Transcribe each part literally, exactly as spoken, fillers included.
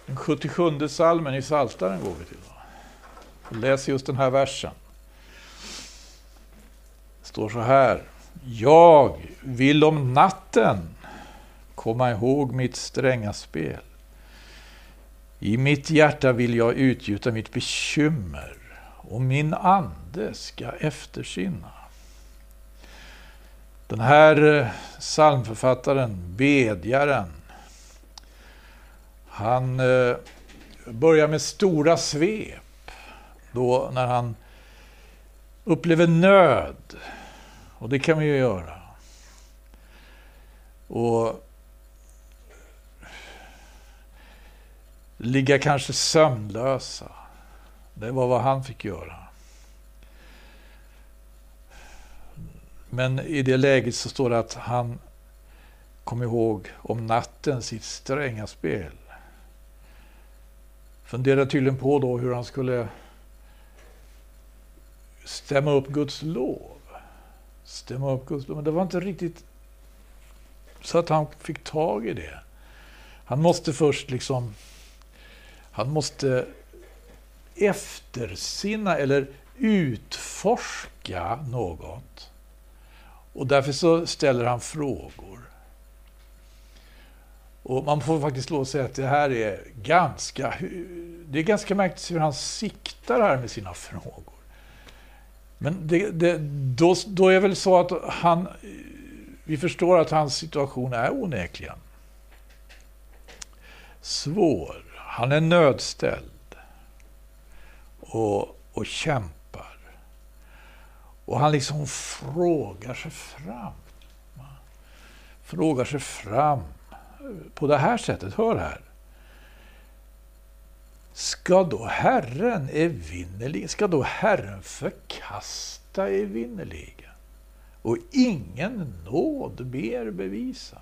Den sjuttiosjunde salmen i Psaltaren går vi till. Och läser just den här versen. Det står så här: jag vill om natten komma ihåg mitt stränga spel. I mitt hjärta vill jag utgjuta mitt bekymmer, och min ande ska eftersinna. Den här psalmförfattaren, bedjaren, han eh, börjar med stora svep då när han upplever nöd, och det kan vi ju göra. Och ligga kanske sömnlösa. Det var vad han fick göra. Men i det läget så står det att han kom ihåg om natten sitt stränga spel. Funderade tydligen på då hur han skulle stämma upp Guds lov. Stämma upp Guds lov. Men det var inte riktigt så att han fick tag i det. Han måste först liksom han måste eftersinna eller utforska något. Och därför så ställer han frågor. Och man får faktiskt lov att säga att det här är ganska det är ganska märkligt hur han siktar här med sina frågor. Men det, det, då, då är väl så att han vi förstår att hans situation är onekligen svår. Han är nödställd och, och kämpar. Och han liksom frågar sig fram. Frågar sig fram på det här sättet. Hör här. Ska då Herren evinnerligen, ska då Herren förkasta evinnerligen och ingen nåd ber bevisa?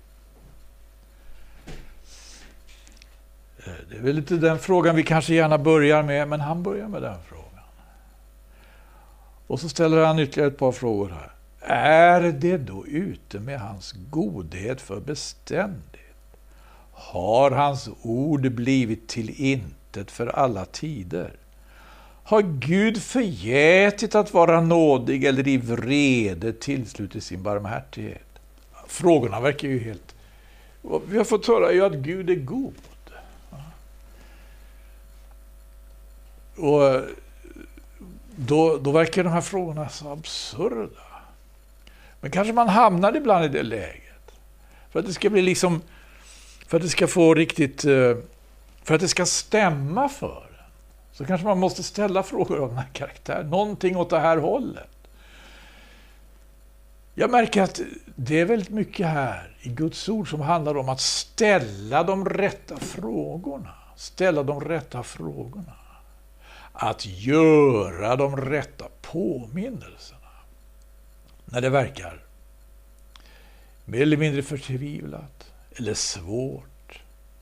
Det är väl lite den frågan vi kanske gärna börjar med, men han börjar med den frågan. Och så ställer han ytterligare ett par frågor här. Är det då ute med hans godhet för beständigt? Har hans ord blivit till intet för alla tider? Har Gud förgätit att vara nådig eller i vrede tillslutit sin barmhärtighet? Frågorna verkar ju helt... Vi har fått höra ju att Gud är god. Och då, då verkar de här frågorna så absurda. Men kanske man hamnar ibland i det läget. För att det ska bli liksom... För att det ska få riktigt... För att det ska stämma för en. Så kanske man måste ställa frågor av den här karaktären. Någonting åt det här hållet. Jag märker att det är väldigt mycket här i Guds ord som handlar om att ställa de rätta frågorna. Ställa de rätta frågorna. Att göra de rätta påminnelserna. När det verkar mer eller mindre förtvivlat eller svårt.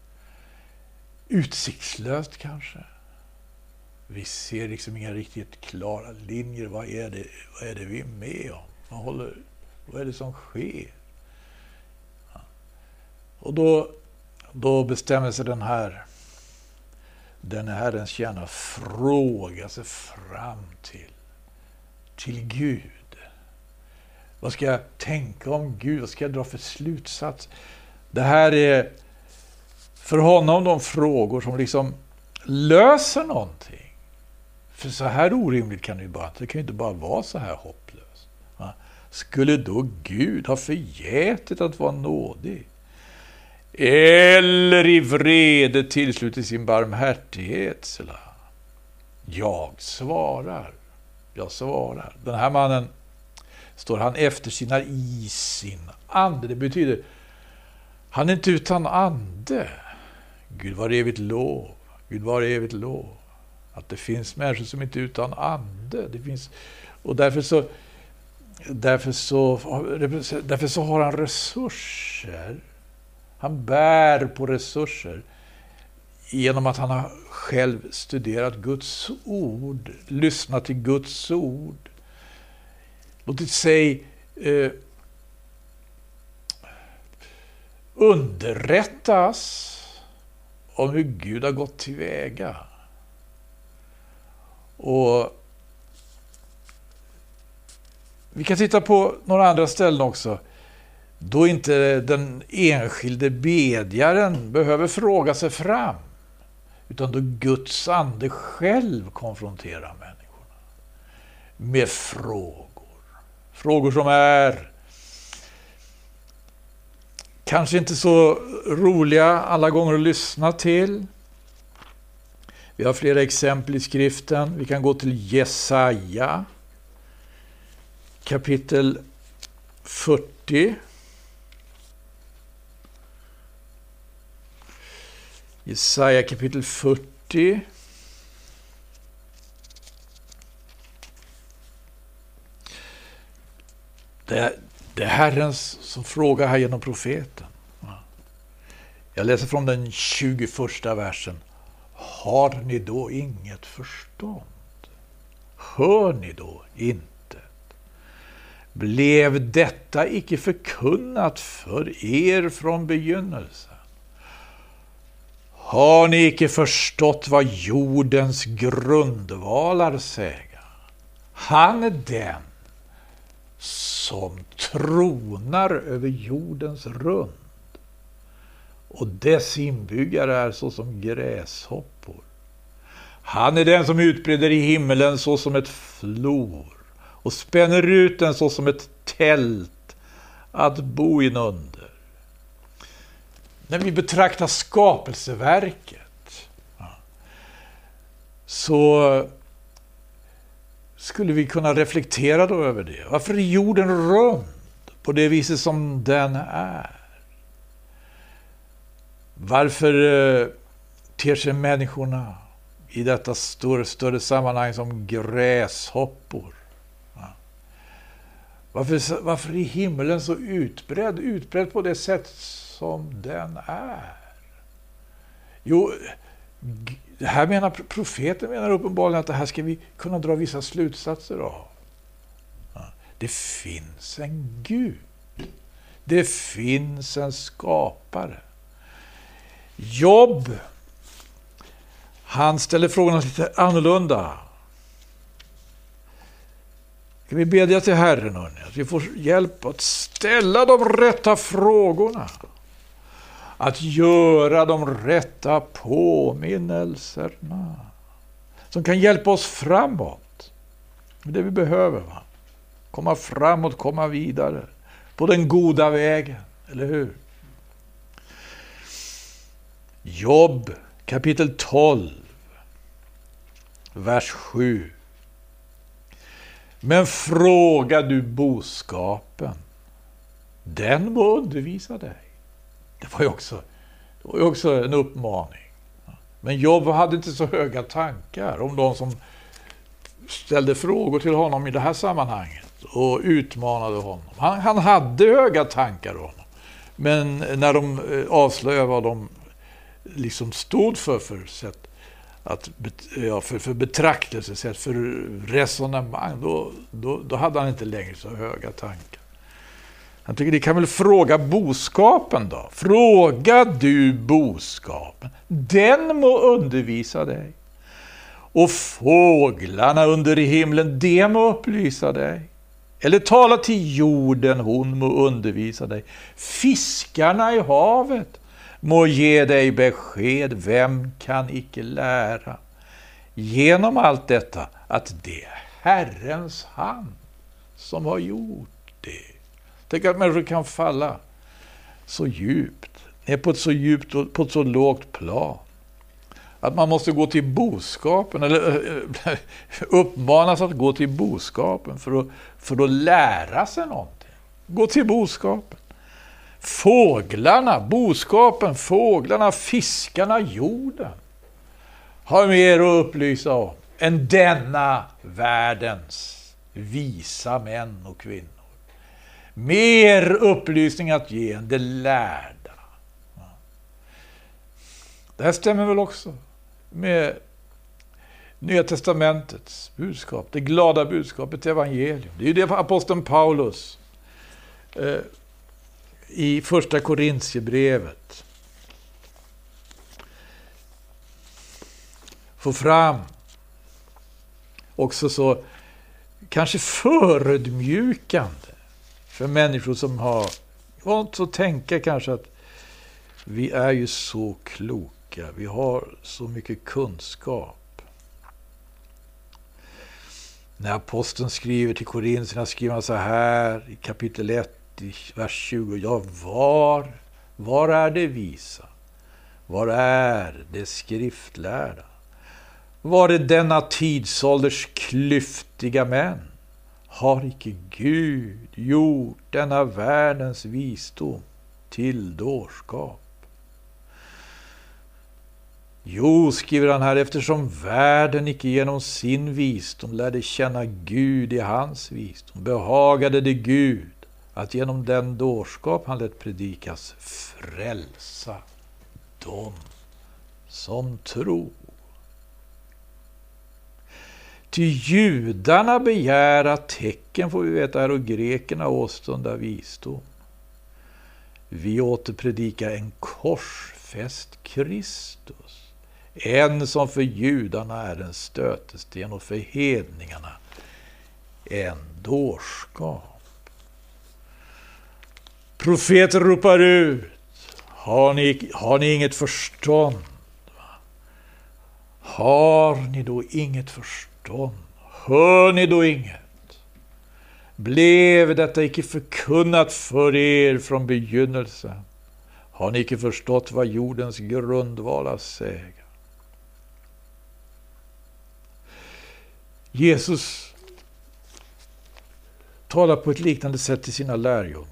Utsiktslöst kanske. Vi ser liksom inga riktigt klara linjer. Vad är det, vad är det vi är med om? Vad, håller, vad är det som sker? Ja. Och då, då bestämmer sig den här den Herrens tjänare fråga sig fram till till Gud. Vad ska jag tänka om Gud? Vad ska jag dra för slutsats? Det här är för honom de frågor som liksom löser någonting. För så här orimligt kan det ju bara, det kan ju inte bara vara så här hopplöst. Va? Skulle då Gud ha förgätit att vara nådig? Eller i vrede tillslutit sin barmhärtighet? Sådär. Jag svarar. Jag svarar. Den här mannen står han eftersinnar i sin ande. Det betyder han är inte utan ande. Gud var evigt lov. Gud var evigt lov. Att det finns människor som inte är utan ande. Det finns, och därför så, därför så, därför så har han resurser. Han bär på resurser genom att han har själv studerat Guds ord, lyssnat till Guds ord. Låt sig eh, underrättas om hur Gud har gått tillväga. Och vi kan titta på några andra ställen också. Då inte den enskilde bedjaren behöver fråga sig fram. Utan då Guds ande själv konfronterar människorna. Med frågor. Frågor som är kanske inte så roliga alla gånger att lyssna till. Vi har flera exempel i skriften. Vi kan gå till Jesaja. Kapitel fyrtio. Jesaja kapitel fyrtio. Det, det är Herren som frågar här genom profeten. Jag läser från den tjugoförsta versen. Har ni då inget förstånd? Hör ni då inte? Blev detta icke förkunnat för er från begynnelsen? Har ni icke förstått vad jordens grundvalar säga? Han är den som tronar över jordens rund, och dess inbyggare är så som gräshoppor. Han är den som utbreder i himmelen så som ett flor och spänner ut den så som ett tält att bo inunder. När vi betraktar skapelseverket så skulle vi kunna reflektera då över det. Varför är jorden rund på det viset som den är? Varför eh, ter sig människorna i detta större, större sammanhang som gräshoppor? Ja. Varför, varför är himlen så utbredd, utbredd på det sätt som den är? Jo, det här menar profeten menar uppenbarligen att det här ska vi kunna dra vissa slutsatser av. Ja. Det finns en Gud. Det finns en skapare. Jobb, han ställer frågorna lite annorlunda. Kan vi bedja till Herren, hörni, att vi får hjälp att ställa de rätta frågorna. Att göra de rätta påminnelserna. Som kan hjälpa oss framåt. Det är det vi behöver, va? Komma framåt, komma vidare. På den goda vägen, eller hur? Jobb kapitel tolv, vers sju. Men fråga du boskapen, den må undervisa dig. Det var ju också, det var ju också en uppmaning. Men Jobb hade inte så höga tankar om de som ställde frågor till honom i det här sammanhanget och utmanade honom. Han, han hade höga tankar om honom. Men när de avslöjade vad de liksom stod för för sätt att ja, för, för betraktelsesätt, för resonemang, då, då, då hade han inte längre så höga tankar. Han tycker det kan väl fråga boskapen då. Fråga du boskapen. Den må undervisa dig. Och fåglarna under i himlen, det må upplysa dig. Eller tala till jorden, hon må undervisa dig. Fiskarna i havet må ge dig besked, vem kan icke lära? Genom allt detta att det är Herrens hand som har gjort det. Tänk att människor kan falla så djupt, ner på ett så djupt och på ett så lågt plan. Att man måste gå till boskapen, eller uppmanas att gå till boskapen för att, för att lära sig någonting. Gå till boskapen. Fåglarna, boskapen, fåglarna, fiskarna, jorden har mer att upplysa om än denna världens visa män och kvinnor. Mer upplysning att ge än det lärda. Det här stämmer väl också med Nya testamentets budskap, det glada budskapet, evangelium. Det är ju det aposteln Paulus eh, i första Korintierbrevet få fram också så kanske förödmjukande för människor som har vant att tänka kanske att vi är ju så kloka, vi har så mycket kunskap. När aposteln skriver till Korintierna skriver han så här i kapitel ett, i vers tjugo. Ja, var, var är det visa? Var är det skriftlärda? Var är denna tidsålders klyftiga män? Har icke Gud gjort denna världens visdom till dårskap? Jo, skriver han här, eftersom världen icke genom sin visdom lärde känna Gud i hans visdom, behagade det Gud att genom den dårskap han lät predikas frälsa dem som tror. Ty judarna begära tecken, får vi veta här, och grekerna åstunda visdom. Vi återpredika en korsfäst Kristus, en som för judarna är en stötesten och för hedningarna en dårskap. Profeter ropar ut, har ni, har ni inget förstånd? Har ni då inget förstånd? Hör ni då inget? Blev detta icke förkunnat för er från begynnelsen? Har ni icke förstått vad jordens grundvalar säger? Jesus talar på ett liknande sätt till sina lärjungar.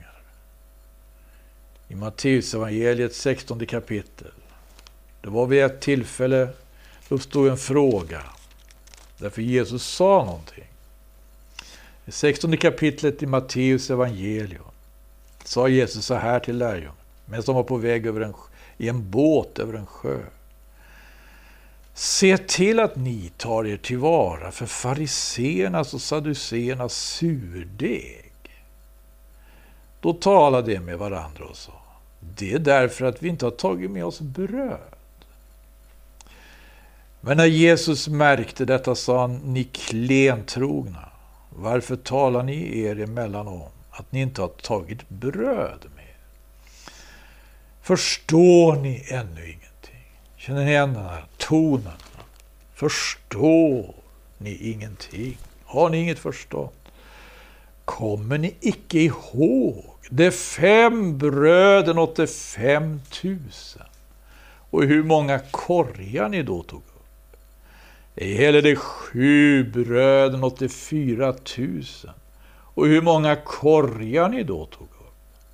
I Matteus evangeliet sextonde kapitel. Det var vid ett tillfälle uppstod en fråga. Därför Jesus sa någonting. I sextonde kapitlet i Matteus evangelium sa Jesus så här till lärjungarna, medan de var på väg över en, i en båt över en sjö. Se till att ni tar er tillvara för fariseernas och sadduceernas surdeg. Då talade de med varandra och sa, det är därför att vi inte har tagit med oss bröd. Men när Jesus märkte detta sa han, ni klentrogna, varför talar ni er emellan om att ni inte har tagit bröd med? Förstår ni ännu ingenting? Känner ni igen den här tonen? Förstår ni ingenting? Har ni inget förstånd? Kommer ni icke ihåg de fem bröden åt de fem tusen? Och hur många korgar ni då tog upp? I hela de sju bröden åt de fyra tusen. Och hur många korgar ni då tog upp?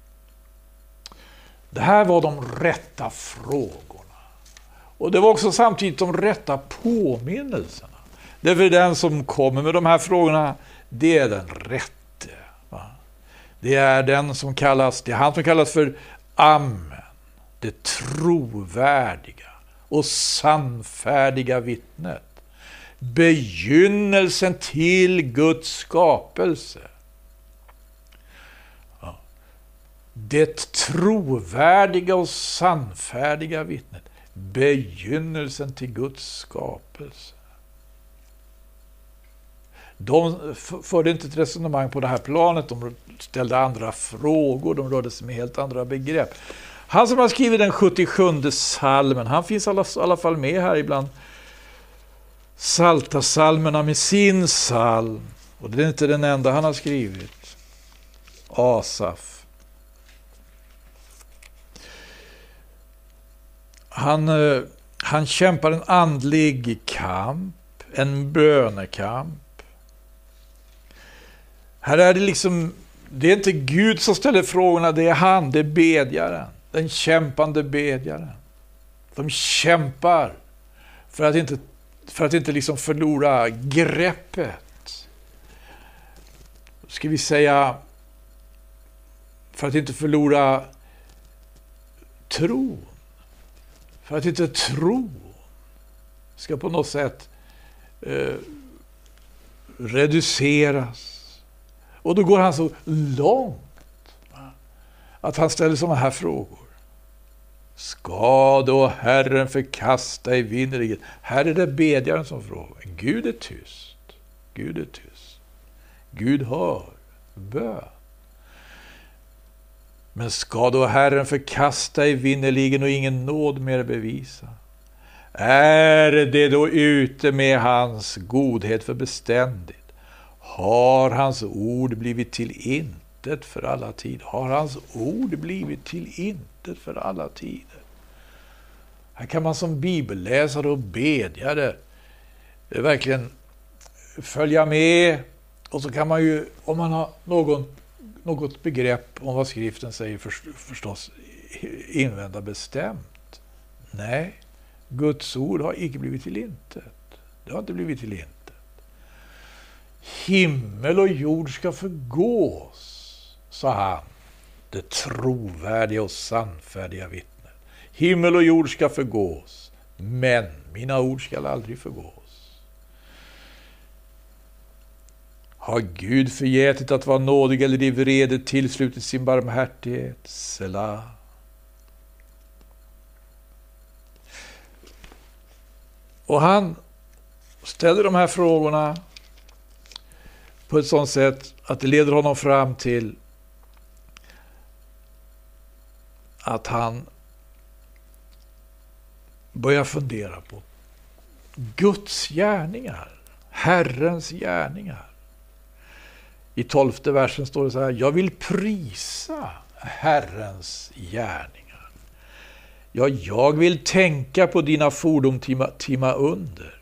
Det här var de rätta frågorna. Och det var också samtidigt de rätta påminnelserna. Därför den som kommer med de här frågorna, det är den rätte. Va? Det är den som kallas, det är han som kallas för Amen. Det trovärdiga och sannfärdiga vittnet. Begynnelsen till Guds skapelse. Ja. Det trovärdiga och sannfärdiga vittnet. Begynnelsen till Guds skapelse. De förde inte ett resonemang på det här planet. De ställde andra frågor. De rörde sig med helt andra begrepp. Han som har skrivit den sjuttiosjunde salmen, han finns i alla, i alla fall med här ibland salta salmerna med sin salm. Och det är inte den enda han har skrivit. Asaf. Han, han kämpar en andlig kamp, en bönekamp. Här är det liksom, det är inte Gud som ställer frågorna, det är han, det är bedjaren. Den kämpande bedjaren. De kämpar för att inte, för att inte liksom förlora greppet. Ska vi säga, för att inte förlora tron. För att inte tro ska på något sätt eh, reduceras. Och då går han så långt att han ställer sådana här frågor. Ska då Herren förkasta evinnerligen? Här är det bedjaren som frågar. Gud är tyst. Gud är tyst. Gud hör bön. Men ska då Herren förkasta evinnerligen och ingen nåd mer bevisa? Är det då ute med hans godhet för beständigt? Har hans ord blivit till intet för alla tider? Har hans ord blivit till intet för alla tider? Här kan man som bibelläsare och bedjare verkligen följa med. Och så kan man ju, om man har någon, något begrepp om vad skriften säger, förstås invända bestämt. Nej, Guds ord har icke blivit till intet. Det har inte blivit till intet. Himmel och jord ska förgås, sa han, det trovärdiga och sannfärdiga vittnet. Himmel och jord ska förgås, men mina ord ska aldrig förgås. Har Gud förgätit att vara nådig eller i vrede tillslutit sin barmhärtighet? Selah. Och han ställer de här frågorna på ett sådant sätt att det leder honom fram till att han börjar fundera på Guds gärningar, Herrens gärningar. I tolfte versen står det så här: jag vill prisa Herrens gärningar. Ja, jag vill tänka på dina fordon timma, timma under.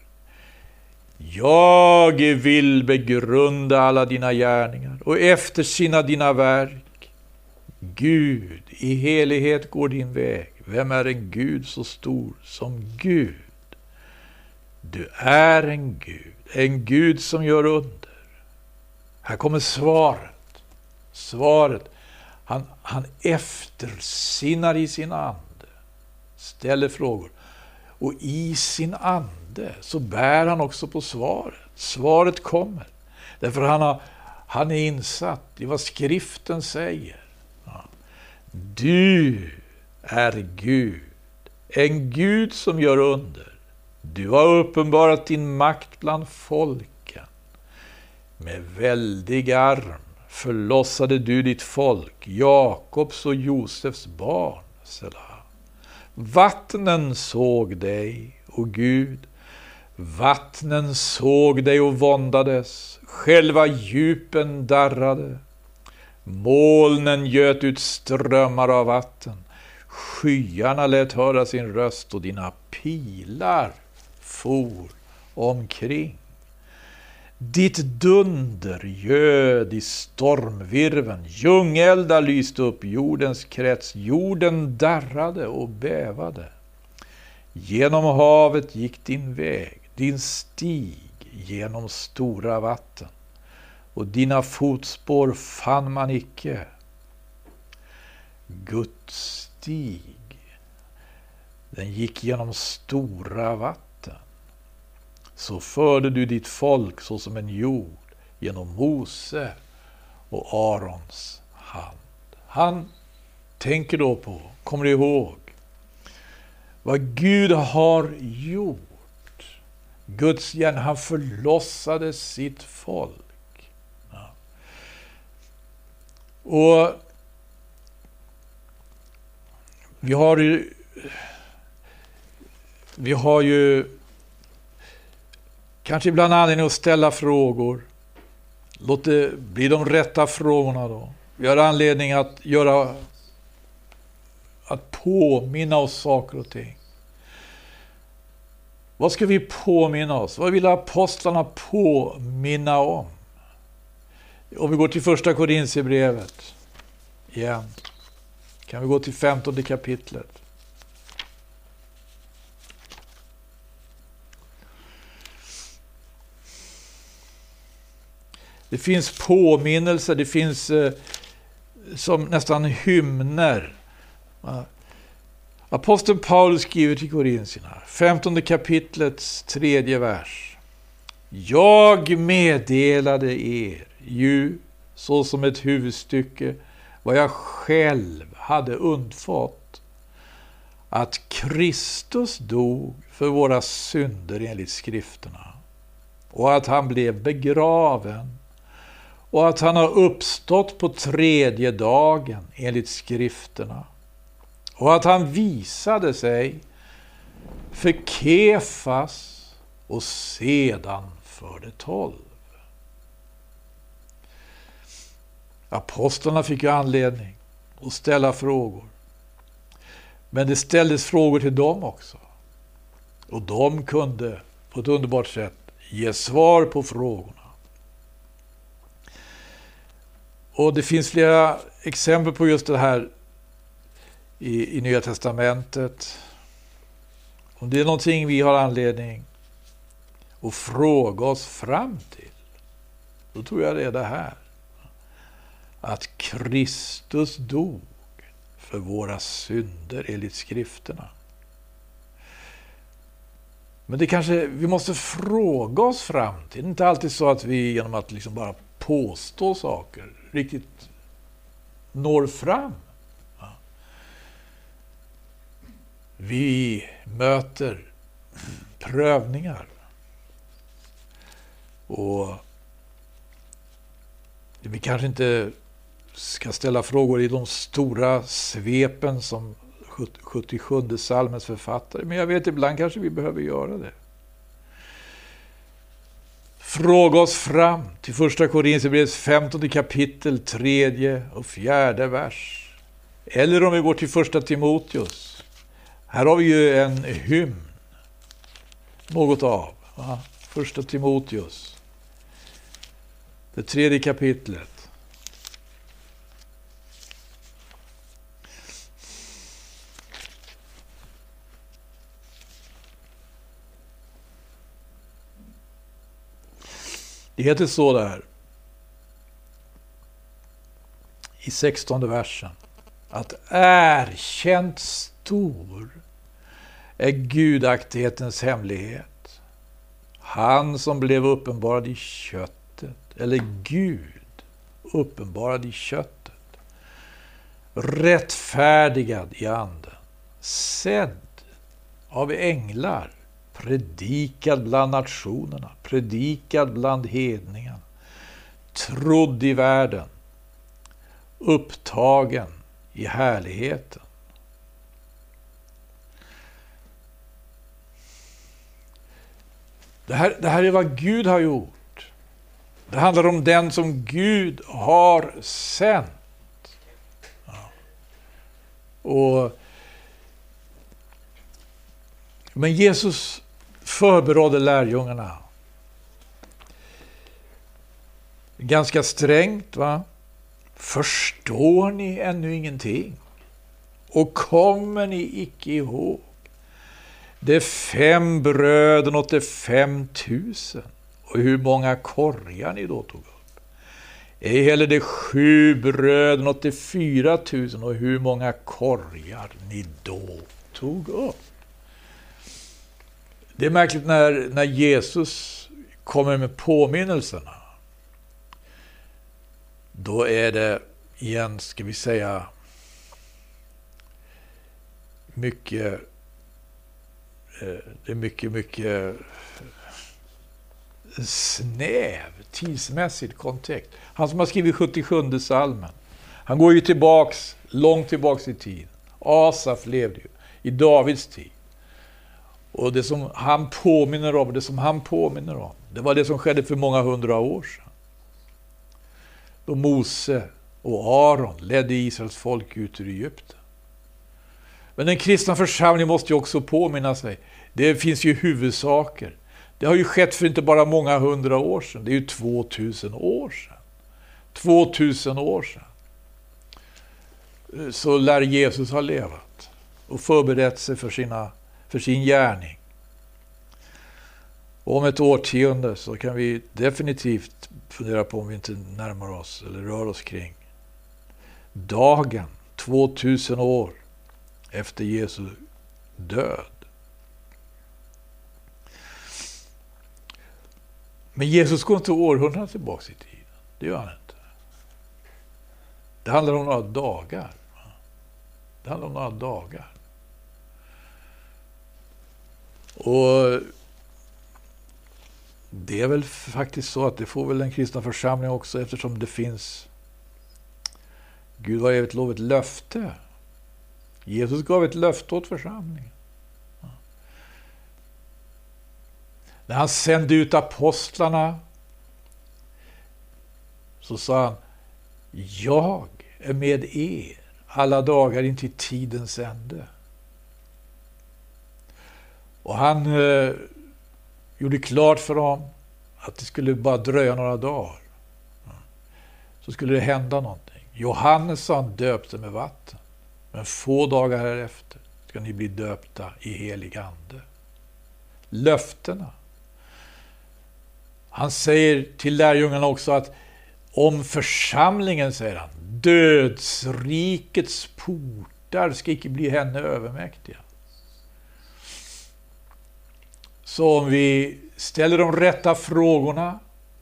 Jag vill begrunda alla dina gärningar och eftersinna dina verk. Gud, i helighet går din väg. Vem är en Gud så stor som Gud? Du är en Gud, en Gud som gör under. Här kommer svaret. Svaret. Han, han eftersinnar i sin ande. Ställer frågor. Och i sin ande så bär han också på svaret. Svaret kommer. Därför han, har, han är insatt i vad skriften säger. Ja. Du är Gud. En Gud som gör under. Du har uppenbarat din makt bland folken. Med väldig arm förlossade du ditt folk, Jakobs och Josefs barn. Selah. Vattnen såg dig, o Gud. Vattnen såg dig och våndades. Själva djupen darrade. Molnen göt ut strömmar av vatten. Skyarna lät höra sin röst och dina pilar for omkring. Ditt dunder göd i stormvirven. Djungeldar lyste upp jordens krets. Jorden darrade och bävade. Genom havet gick din väg. Din stig genom stora vatten. Och dina fotspår fann man icke. Guds stig. Den gick genom stora vatten. Så förde du ditt folk så som en jord genom Mose och Arons hand. Han tänker då på, kommer du ihåg, vad Gud har gjort. Guds gärning, han förlossade sitt folk. Ja. Och vi har ju vi har ju kanske ibland anledning att ställa frågor. Låt det bli de rätta frågorna då. Vi har anledning att göra, att påminna oss saker och ting. Vad ska vi påminna oss? Vad vill apostlarna påminna om? Om vi går till första Korinthierbrevet igen. Kan vi gå till femtonde kapitlet. Det finns påminnelser, det finns eh, som nästan hymner. Aposteln Paulus skriver till Korintierna, femtonde kapitlets tredje vers. Jag meddelade er ju så som ett huvudstycke vad jag själv hade undfått. att Kristus dog för våra synder enligt skrifterna och att han blev begraven och att han har uppstått på tredje dagen enligt skrifterna och att han visade sig för Kefas och sedan för de tolv. Apostlarna fick ju anledning att ställa frågor. Men det ställdes frågor till dem också. Och de kunde på ett underbart sätt ge svar på frågorna. Och det finns flera exempel på just det här i, i Nya testamentet. Om det är någonting vi har anledning att fråga oss fram till, då tror jag det är det här. Att Kristus dog för våra synder enligt skrifterna. Men det kanske vi måste fråga oss fram till. Det är inte alltid så att vi genom att liksom bara påstå saker riktigt når fram. Vi möter prövningar. Och vi kanske inte ska ställa frågor i de stora svepen som sjuttiosjunde psalmens författare. Men jag vet, ibland kanske vi behöver göra det. Fråga oss fram till första Korinthierbrevets femtonde kapitel, tredje och fjärde vers. Eller om vi går till första Timoteus. Här har vi ju en hymn. Något av. Va? Första Timoteus. Det tredje kapitlet. Det heter så där i sextonde versen att erkänt stor är gudaktighetens hemlighet. Han som blev uppenbarad i köttet, eller Gud uppenbarad i köttet, rättfärdigad i anden, sedd av änglar, predikad bland nationerna, predikad bland hedningarna, trodd i världen, upptagen i härligheten. Det här, det här är vad Gud har gjort. Det handlar om den som Gud har sänt. Ja. Och men Jesus förberedde lärjungarna. Ganska strängt, va? Förstår ni ännu ingenting? Och kommer ni icke ihåg de fem bröden åt de fem tusen? Och hur många korgar ni då tog upp? Ej heller de sju bröden åt de fyra tusen, och hur många korgar ni då tog upp? Det är märkligt när, när Jesus kommer med påminnelserna. Då är det igen, ska vi säga, mycket, det är mycket, mycket snäv tidsmässigt kontext. Han som har skrivit sjuttiosjunde psalmen, han går ju tillbaks, långt tillbaks i tid. Asaf levde ju i Davids tid. Och det som han påminner om, det som han påminner om, det var det som skedde för många hundra år sedan. Då Mose och Aron ledde Israels folk ut ur Egypten. Men den kristna församlingen måste ju också påminna sig. Det finns ju huvudsaker. Det har ju skett för inte bara många hundra år sedan. Det är ju tvåtusen år sedan. Tvåtusen år sedan. Så lär Jesus ha levat och förberett sig för, sina, för sin gärning. Och om ett årtionde så kan vi definitivt fundera på om vi inte närmar oss eller rör oss kring dagen, tvåtusen år efter Jesu död. Men Jesus går inte århundraden tillbaka i tiden. Det gör han inte. Det handlar om några dagar. Det handlar om några dagar. Och det är väl faktiskt så att det får väl den kristna församlingen också, eftersom det finns, Gud var evigt lov ett löfte. Jesus gav ett löfte åt församlingen. Ja. När han sände ut apostlarna så sa han: jag är med er alla dagar in till tidens ände. Och han eh, gjorde klart för dem att det skulle bara dröja några dagar. Ja. Så skulle det hända någonting. Johannes sa han döpte med vatten. Men få dagar härefter ska ni bli döpta i helig ande. Löftena. Han säger till lärjungarna också att om församlingen, säger han, dödsrikets portar ska icke bli henne övermäktiga. Så om vi ställer de rätta frågorna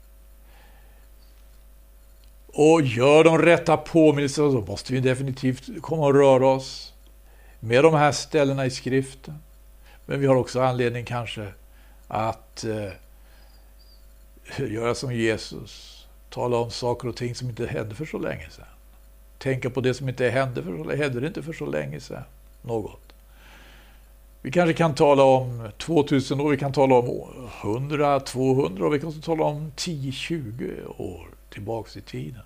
och gör de rätta påminnelserna, så måste vi definitivt komma och röra oss med de här ställena i skriften. Men vi har också anledning kanske att eh, göra som Jesus. Tala om saker och ting som inte hände för så länge sedan. Tänka på det som inte hände för så länge, hände inte för så länge sedan. Något. Vi kanske kan tala om tvåtusen år, vi kan tala om hundra, tvåhundra och vi kan tala om tio tjugo år tillbaks i tiden.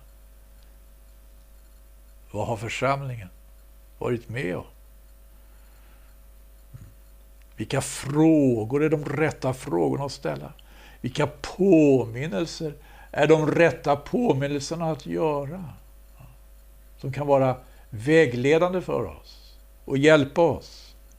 Vad har församlingen varit med om? Vilka frågor är de rätta frågorna att ställa? Vilka påminnelser är de rätta påminnelserna att göra? Som kan vara vägledande för oss och hjälpa oss.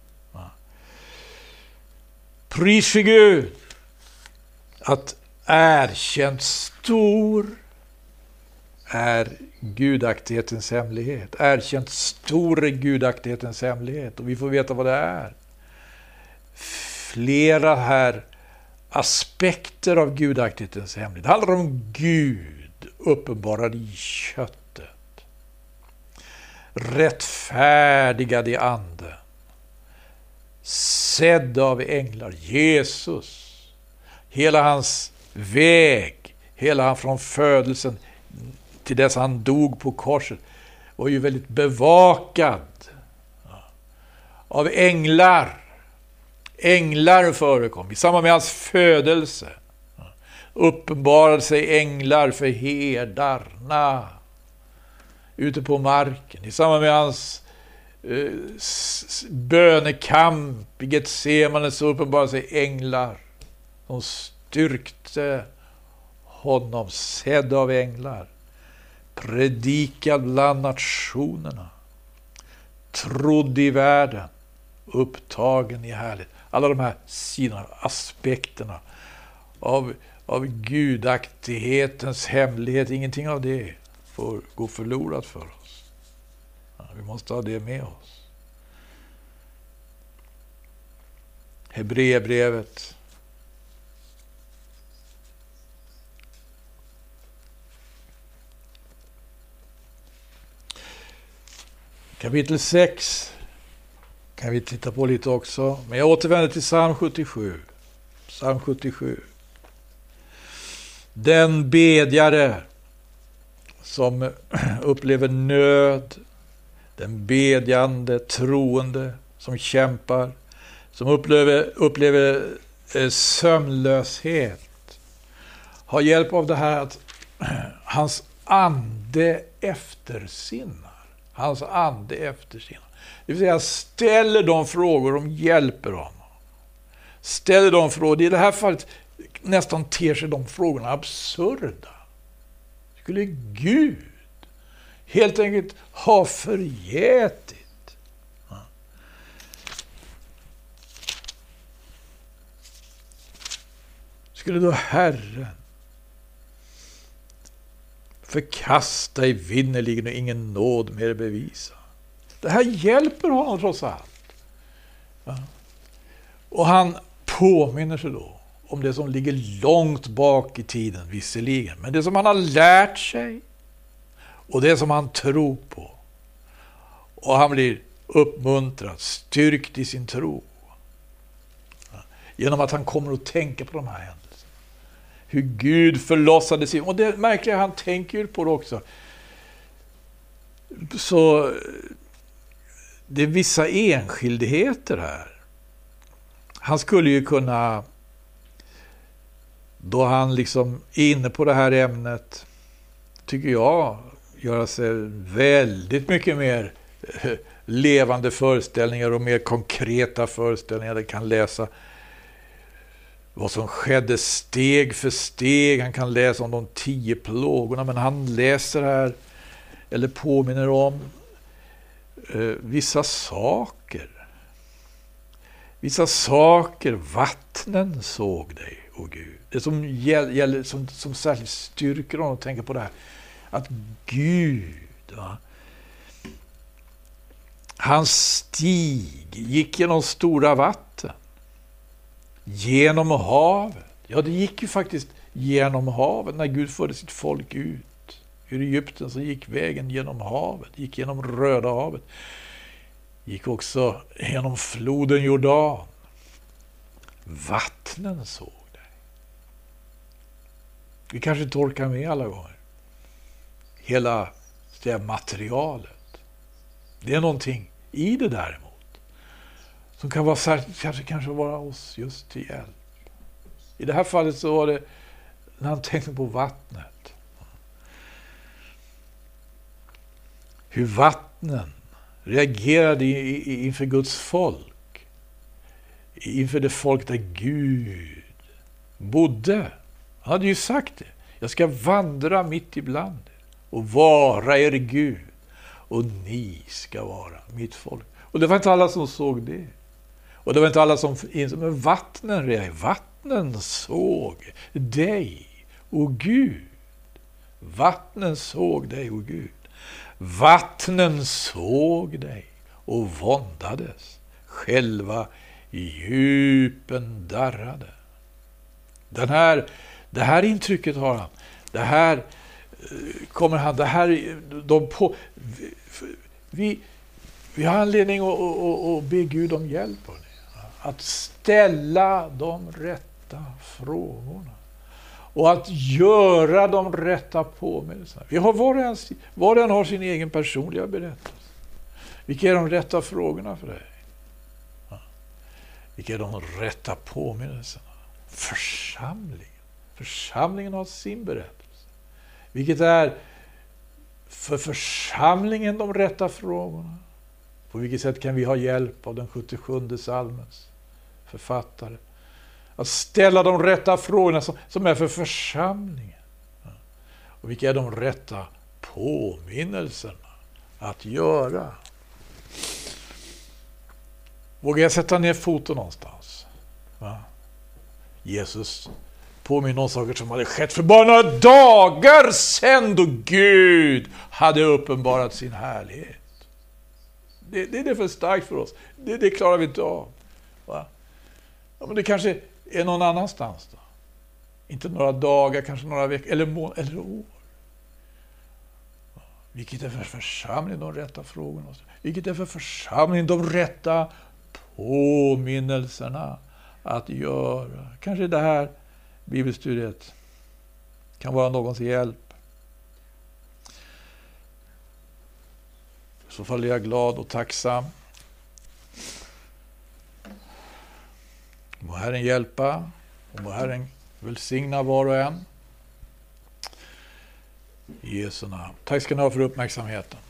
Pris för Gud att erkänt stor är gudaktighetens hemlighet. Erkänt stor är gudaktighetens hemlighet. Och vi får veta vad det är. Flera här aspekter av gudaktighetens hemlighet. Det handlar om Gud uppenbarad i köttet. Rättfärdigad i anden. Sedd av änglar. Jesus. Hela hans väg. Hela han från födelsen till dess han dog på korset var ju väldigt bevakad av änglar. Änglar förekom i samband med hans födelse. Uppenbarade sig änglar för herdarna ute på marken. I samband med hans eh, bönekamp i Getsemane så uppenbarade sig änglar. De styrkte honom, sedd av änglar. Predikad bland nationerna. Trodd i världen. Upptagen i härlighet. Alla de här sidorna, aspekterna av, av gudaktighetens hemlighet. Ingenting av det får gå förlorat för oss. Ja, vi måste ha det med oss. Hebreerbrevet. Kapitel sex kan vi titta på lite också. Men jag återvänder till psalm sjuttiosju. Psalm sjuttiosju. Den bedjare som upplever nöd. Den bedjande, troende som kämpar. Som upplever, upplever eh, sömnlöshet. Har hjälp av det här att hans ande eftersinnar. Hans ande eftersinnar. Det vill säga ställer de frågor om hjälper honom. Ställer de frågor. I det här fallet nästan ter sig de frågorna absurda. Skulle Gud helt enkelt ha förgätit? Ja. Skulle då Herren förkasta i vinnerligen och ingen nåd mer bevisa? Det här hjälper honom trots allt. Ja. Och han påminner sig då om det som ligger långt bak i tiden visserligen. Men det som han har lärt sig och det som han tror på. Och han blir uppmuntrad, styrkt i sin tro. Ja. Genom att han kommer att tänka på de här händelserna. Hur Gud förlossade sig. Och det märkliga, han tänker ju på det också. Så det är vissa enskildheter här. Han skulle ju kunna, då han liksom är inne på det här ämnet, tycker jag, göra sig väldigt mycket mer levande föreställningar och mer konkreta föreställningar. Det kan läsa vad som skedde steg för steg. Han kan läsa om de tio plågorna, men han läser här eller påminner om eh, vissa saker. Vissa saker. Vattnen såg dig, åh Gud. Det som gäller, som, som särskilt styrker honom att tänka på det här. Att Gud, va? Hans stig gick genom stora vatten. Genom havet. Ja, det gick ju faktiskt genom havet när Gud förde sitt folk ut ur Egypten, så gick vägen genom havet, gick genom Röda havet, gick också genom floden Jordan. Vattnen såg dig. Vi kanske inte orkar med alla gånger. Hela det materialet. Det är någonting i det däremot som kan vara särskilt, kanske, kanske vara oss just till hjälp. I det här fallet så var det när han tänkte på vattnet. Hur vattnen reagerade i, i, inför Guds folk. Inför det folk där Gud bodde. Han hade ju sagt det. Jag ska vandra mitt ibland er och vara er Gud. Och ni ska vara mitt folk. Och det var inte alla som såg det. Och det var inte alla som insåg, men vattnen reagerade. Vattnen såg dig, o Gud. Vattnen såg dig, o Gud. Vattnen såg dig och våndades. Själva djupen darrade. Den här, det här intrycket har han. Det här kommer han, det här, de på, vi, vi har anledning att, att, att be Gud om hjälp på det. Att ställa de rätta frågorna. Och att göra de rätta påminnelserna. Vi har var och en, var och en har sin egen personliga berättelse. Vilka är de rätta frågorna för dig? Ja. Vilka är de rätta påminnelserna? Församlingen. Församlingen har sin berättelse. Vilket är för församlingen de rätta frågorna? På vilket sätt kan vi ha hjälp av den sjuttiosjunde psalmens författare? Att ställa de rätta frågorna som, som är för församlingen. Ja. Och vilka är de rätta påminnelserna att göra? Vågar jag sätta ner foten någonstans? Ja. Jesus påminner om saker som hade skett för bara några dagar sedan då Gud hade uppenbarat sin härlighet. Det, det är för starkt för oss. Det, det klarar vi inte av. Va? Ja, men det kanske är någon annanstans då. Inte några dagar, kanske några veckor eller, må- eller år. Vilket är för församling de rätta frågorna? Vilket är för församling de rätta påminnelserna att göra? Kanske det här bibelstudiet kan vara någons hjälp. Så fall är jag glad och tacksam. Må Herren hjälpa och må Herren välsigna var och en. I Jesu namn. Tack ska ni ha för uppmärksamheten.